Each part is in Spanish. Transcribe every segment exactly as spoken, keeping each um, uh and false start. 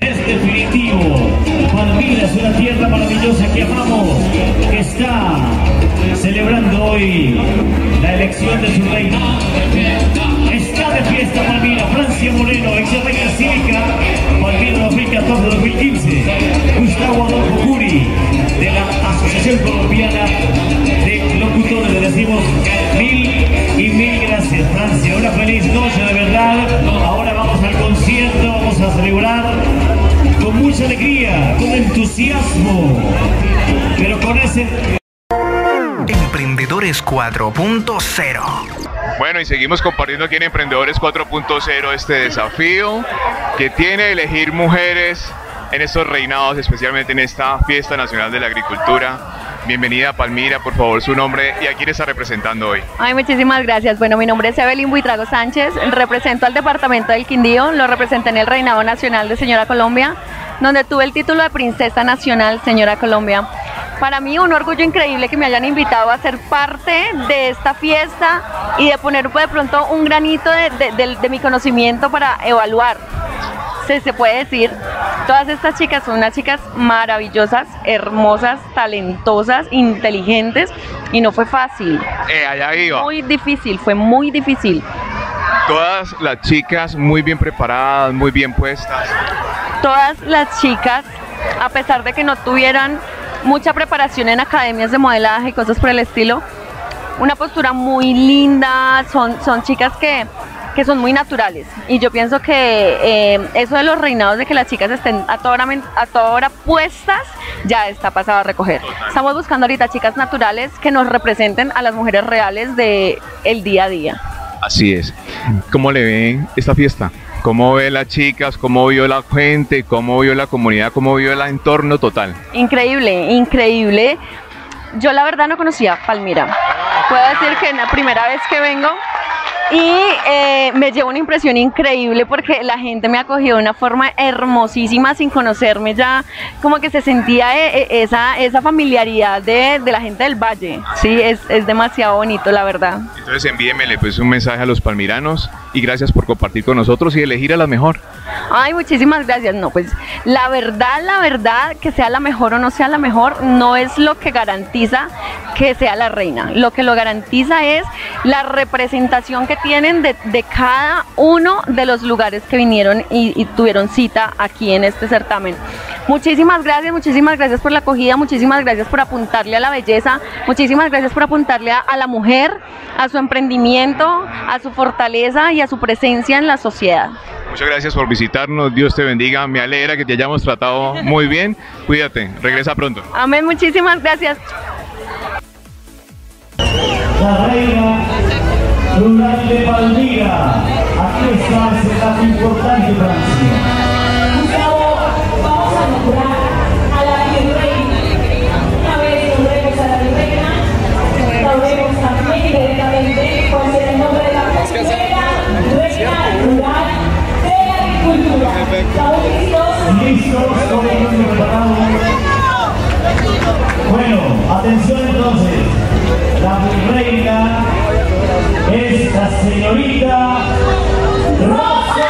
es definitivo. Palmira es una tierra maravillosa que amamos, que está celebrando hoy la elección de su reina. Está de fiesta Palmira. Francia Moreno, ex reina cívica, Palmira dos mil catorce dos mil quince. Gustavo Adolfo Curi, de la Asociación Colombiana de Locutores. Le decimos mil y mil gracias, Francia. Una feliz noche, de verdad. Ahora vamos al concierto, vamos a celebrar con mucha alegría, con entusiasmo, pero con ese... Emprendedores cuatro punto cero. Bueno, y seguimos compartiendo aquí en Emprendedores cuatro punto cero este desafío que tiene elegir mujeres en estos reinados, especialmente en esta Fiesta Nacional de la Agricultura. Bienvenida Palmira, por favor, su nombre y a quién está representando hoy. Ay, muchísimas gracias. Bueno, mi nombre es Evelyn Buitrago Sánchez, represento al departamento del Quindío, lo representé en el Reinado Nacional de Señora Colombia, donde tuve el título de Princesa Nacional Señora Colombia. Para mí un orgullo increíble que me hayan invitado a ser parte de esta fiesta y de poner pues, de pronto un granito de, de, de, de mi conocimiento para evaluar. Se, se puede decir, todas estas chicas son unas chicas maravillosas, hermosas, talentosas, inteligentes y no fue fácil. Eh, allá iba. Muy difícil, fue muy difícil. Todas las chicas muy bien preparadas, muy bien puestas. Todas las chicas, a pesar de que no tuvieran mucha preparación en academias de modelaje y cosas por el estilo, una postura muy linda, son, son chicas que, que son muy naturales y yo pienso que eh, eso de los reinados, de que las chicas estén a toda, hora, a toda hora puestas, ya está pasado a recoger. Estamos buscando ahorita chicas naturales que nos representen a las mujeres reales del día a día. Así es. ¿Cómo le ven esta fiesta? ¿Cómo ve las chicas? ¿Cómo vio la gente? ¿Cómo vio la comunidad? ¿Cómo vio el entorno total? Increíble, increíble. Yo la verdad no conocía Palmira. Puedo decir que es la primera vez que vengo y eh, me llevo una impresión increíble porque la gente me acogió de una forma hermosísima sin conocerme ya, como que se sentía eh, esa, esa familiaridad de, de la gente del valle. Sí, es, es demasiado bonito, la verdad. Entonces envíemele pues un mensaje a los palmiranos y gracias por compartir con nosotros y elegir a la mejor. Ay, muchísimas gracias. No, pues la verdad, la verdad, que sea la mejor o no sea la mejor, no es lo que garantiza que sea la reina. Lo que lo garantiza es la representación que tienen de, de cada uno de los lugares que vinieron y, y tuvieron cita aquí en este certamen. Muchísimas gracias, muchísimas gracias por la acogida, muchísimas gracias por apuntarle a la belleza, muchísimas gracias por apuntarle a, a la mujer, a su emprendimiento, a su fortaleza y a su presencia en la sociedad. Muchas gracias por visitarnos, Dios te bendiga, me alegra que te hayamos tratado muy bien, cuídate, regresa pronto. Amén, muchísimas gracias. La reina rural de Palmira, aquí está, es la importante Francia. Gustavo, vamos a nombrar a la virreina. Una vez nombremos a la virreina, sabremos también directamente cuál será el nombre de la primera reina rural de la agricultura. ¿Estamos listos? Listos, todos preparados. Bueno, atención entonces. La reina es la señorita Rosa.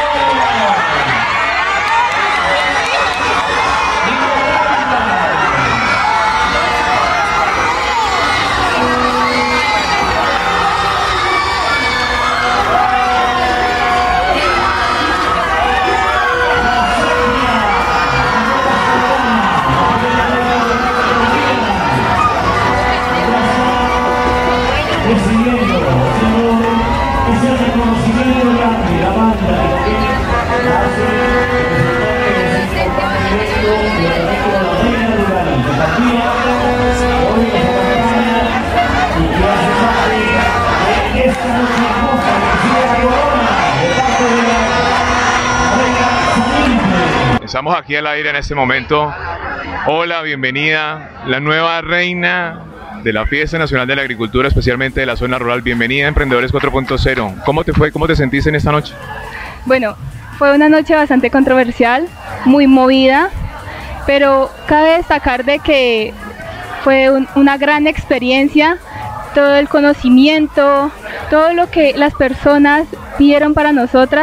Estamos aquí al aire en este momento. Hola, bienvenida, la nueva reina de la Fiesta Nacional de la Agricultura, especialmente de la zona rural. Bienvenida a Emprendedores cuatro punto cero. ¿Cómo te fue? ¿Cómo te sentiste en esta noche? Bueno, fue una noche bastante controversial, muy movida, pero cabe destacar de que fue un, una gran experiencia, todo el conocimiento, todo lo que las personas dieron para nosotras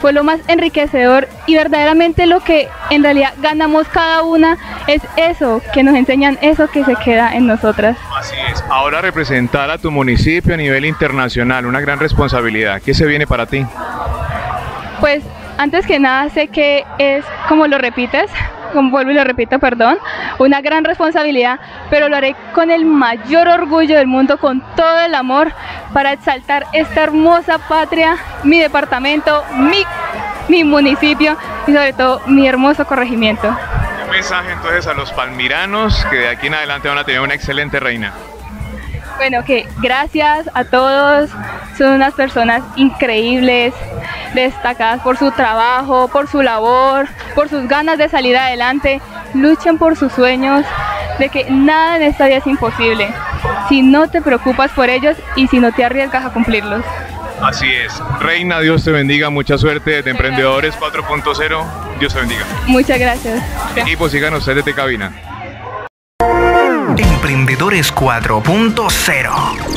fue lo más enriquecedor y verdaderamente lo que en realidad ganamos cada una es eso, que nos enseñan eso que se queda en nosotras. Así es. Ahora representar a tu municipio a nivel internacional, una gran responsabilidad. ¿Qué se viene para ti? Pues antes que nada sé que es, como lo repites, como vuelvo y lo repito, perdón, una gran responsabilidad, pero lo haré con el mayor orgullo del mundo, con todo el amor, para exaltar esta hermosa patria, mi departamento, mi, mi municipio y sobre todo mi hermoso corregimiento. Un mensaje entonces a los palmiranos que de aquí en adelante van a tener una excelente reina. Bueno, que gracias a todos, son unas personas increíbles, destacadas por su trabajo, por su labor, por sus ganas de salir adelante, luchen por sus sueños, de que nada en esta vida es imposible, si no te preocupas por ellos y si no te arriesgas a cumplirlos. Así es. Reina, Dios te bendiga, mucha suerte desde Emprendedores cuatro punto cero, Dios te bendiga. Muchas gracias. Equipo, sigan ustedes desde cabina. Emprendedores cuatro punto cero.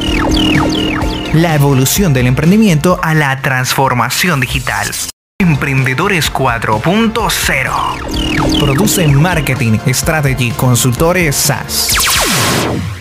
La evolución del emprendimiento a la Transformación digital. Emprendedores cuatro punto cero. produce Marketing Strategy Consultores S A S.